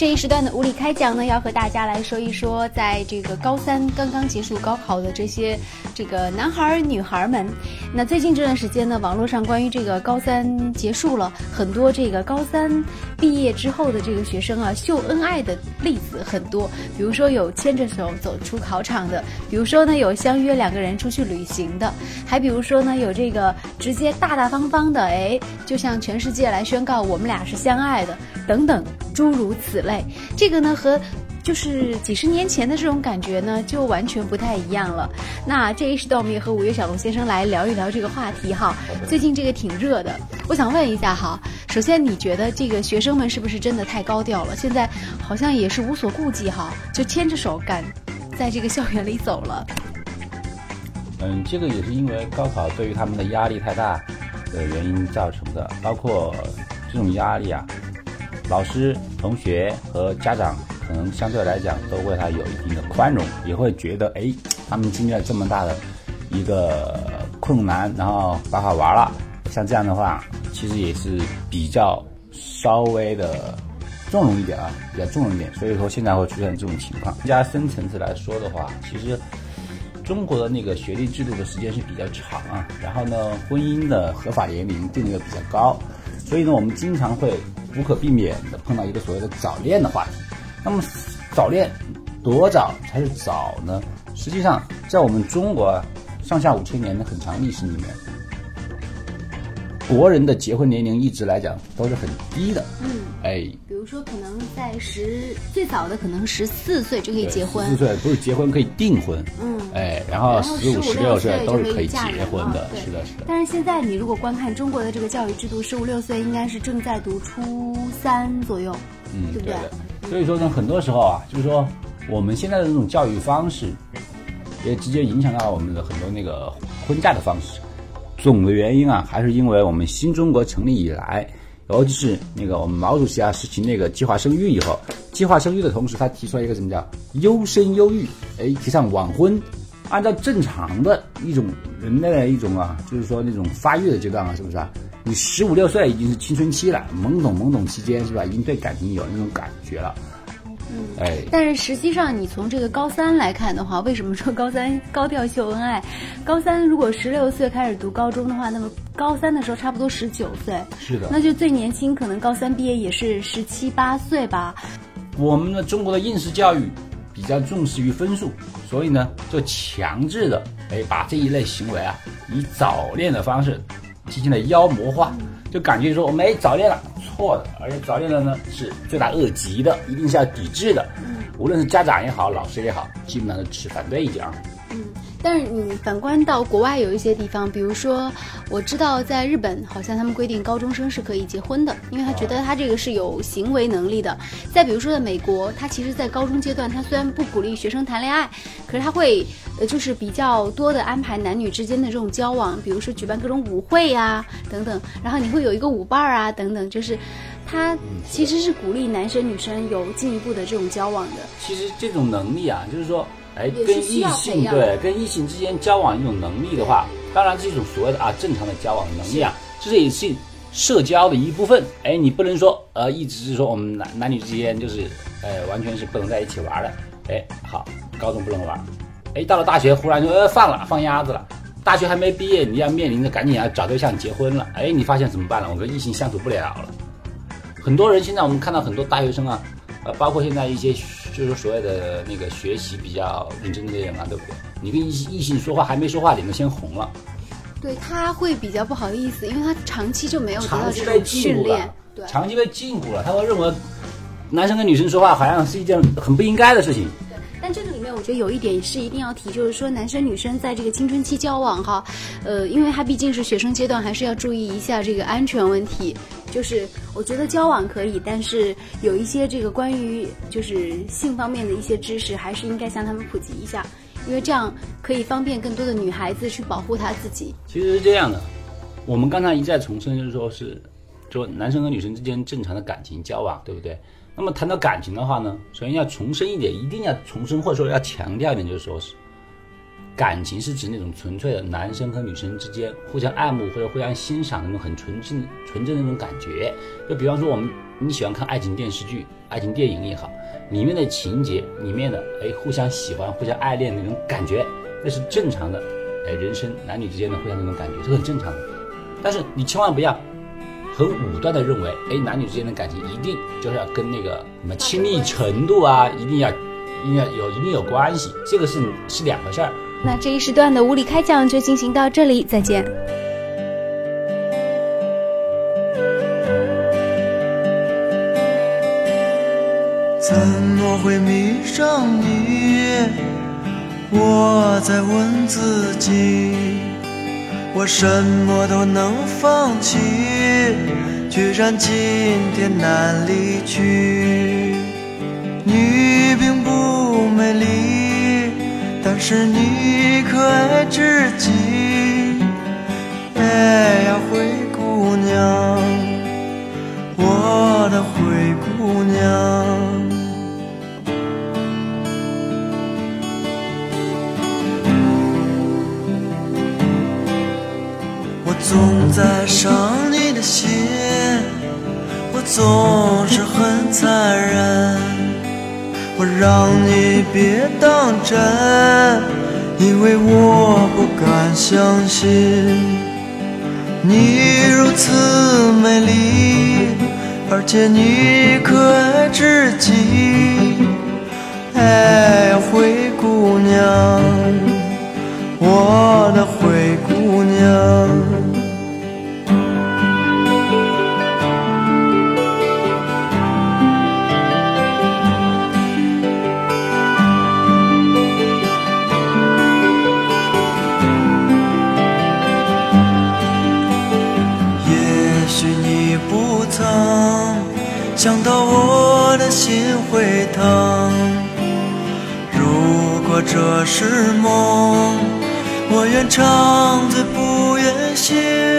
这一时段的无理开讲呢，要和大家来说一说，在这个高三刚刚结束高考的这个男孩女孩们。那最近这段时间呢，网络上关于这个高三结束了，很多这个高三毕业之后的这个学生啊，秀恩爱的例子很多。比如说有牵着手走出考场的，比如说呢有相约2个人出去旅行的，还比如说呢有这个直接大大方方的，就向全世界来宣告我们俩是相爱的，等等诸如此类。这个呢和就是几十年前的这种感觉呢，就完全不太一样了。那这一时段我们也和五月小龙先生来聊一聊这个话题哈。最近这个挺热的，我想问一下哈，首先你觉得这个学生们是不是真的太高调了？现在好像也是无所顾忌哈，就牵着手赶在这个校园里走了。 这个也是因为高考对于他们的压力太大的原因造成的，包括这种压力啊，老师、同学和家长可能相对来讲都会他有一定的宽容，也会觉得他们经历了这么大的一个困难，然后高考完了，像这样的话其实也是比较稍微的纵容一点啊，比较纵容一点，所以说现在会出现这种情况。更加深层次来说的话，其实中国的那个学历制度的时间是比较长啊，然后呢婚姻的合法年龄定的比较高，所以呢我们经常会不可避免的碰到一个所谓的早恋的话题。那么早恋多早才是早呢？实际上在我们中国上下5000年的很长历史里面，国人的结婚年龄一直来讲都是很低的。 比如说可能在最早的可能14岁就可以结婚，14 岁不是结婚可以订婚，然后15、16岁都是可以结婚的，是的。 但是现在你如果观看中国的这个教育制度，15、16岁应该是正在读初3左右，对不对？ 所以说呢，很多时候啊，就是说我们现在的这种教育方式，也直接影响到我们的很多那个婚嫁的方式。总的原因啊，还是因为我们新中国成立以来，尤其是那个我们毛主席啊实行那个计划生育以后，计划生育的同时，他提出来一个什么叫优生优育，提倡晚婚。按照正常的一种人类的一种啊，就是说那种发育的阶段啊，是不是啊？你15、16岁已经是青春期了，懵懂期间是吧？已经对感情有那种感觉了。 但是实际上你从这个高三来看的话，为什么说高三高调秀恩爱？高三如果16岁开始读高中的话，那么高3的时候差不多19岁， 是的， 那就最年轻可能高3毕业也是17、18岁吧。 我们的中国的应试教育比较重视于分数，所以呢就强制的把这一类行为啊以早恋的方式进行了妖魔化，就感觉说我们早恋了，错的，而且早恋的呢是罪大恶极的，一定是要抵制的。无论是家长也好，老师也好，基本上都持反对意见啊。 但是你反观到国外有一些地方，比如说我知道在日本好像他们规定高中生是可以结婚的，因为他觉得他这个是有行为能力的。再比如说在美国，他其实在高中阶段他虽然不鼓励学生谈恋爱，可是他会就是比较多的安排男女之间的这种交往，比如说举办各种舞会啊等等，然后你会有一个舞伴啊等等，就是他其实是鼓励男生女生有进一步的这种交往的。 其实这种能力啊，就是说跟异性之间交往一种能力的话，当然这种所谓的正常的交往能力啊，这也是社交的一部分。你不能说一直是说我们男女之间就是完全是不能在一起玩的。好，高中不能玩，到了大学忽然就放鸭子了。大学还没毕业，你要面临着赶紧要找对象结婚了。你发现怎么办了？我跟异性相处不了了。很多人现在我们看到很多大学生啊，包括现在一些就是所谓的那个学习比较认真的人啊，对不对？你跟异性说话还没说话，脸都先红了。 对，他会比较不好意思，因为他长期就没有得到这种训练， 长期被禁锢了，他会认为男生跟女生说话好像是一件很不应该的事情。 但这个里面我觉得有一点是一定要提，就是说男生女生在这个青春期交往哈，因为他毕竟是学生阶段，还是要注意一下这个安全问题。就是我觉得交往可以，但是有一些这个关于就是性方面的一些知识，还是应该向他们普及一下，因为这样可以方便更多的女孩子去保护她自己。 其实是这样的，我们刚才一再重申，就是说男生和女生之间正常的感情交往，对不对？那么谈到感情的话呢，首先要重申一点，一定要重申或者说要强调一点，就是说是感情是指那种纯粹的男生和女生之间互相爱慕或者互相欣赏的那种很纯正的那种感觉。就比方说我们你喜欢看爱情电视剧、爱情电影也好，里面的情节，里面的互相喜欢、互相爱恋的那种感觉，那是正常的，人生男女之间的互相那种感觉，这是很正常的。但是你千万不要很武断的认为，男女之间的感情一定就是要跟那个什么亲密程度啊，一定有关系，这个是两回事儿。 那这一时段的无理开讲就进行到这里，再见。 怎么会迷上你？我在问自己，我什么都能放弃，居然今天难离去。你并不美丽，但是你可爱至极。哎呀，灰姑娘，我的灰姑娘。我总在伤你的心，我总是很残忍，我让你别当真，因为我不敢相信你如此美丽，而且你可爱至极。哎呀，灰姑娘，我的灰姑娘。想到我的心会疼，如果这是梦，我愿长醉不愿醒。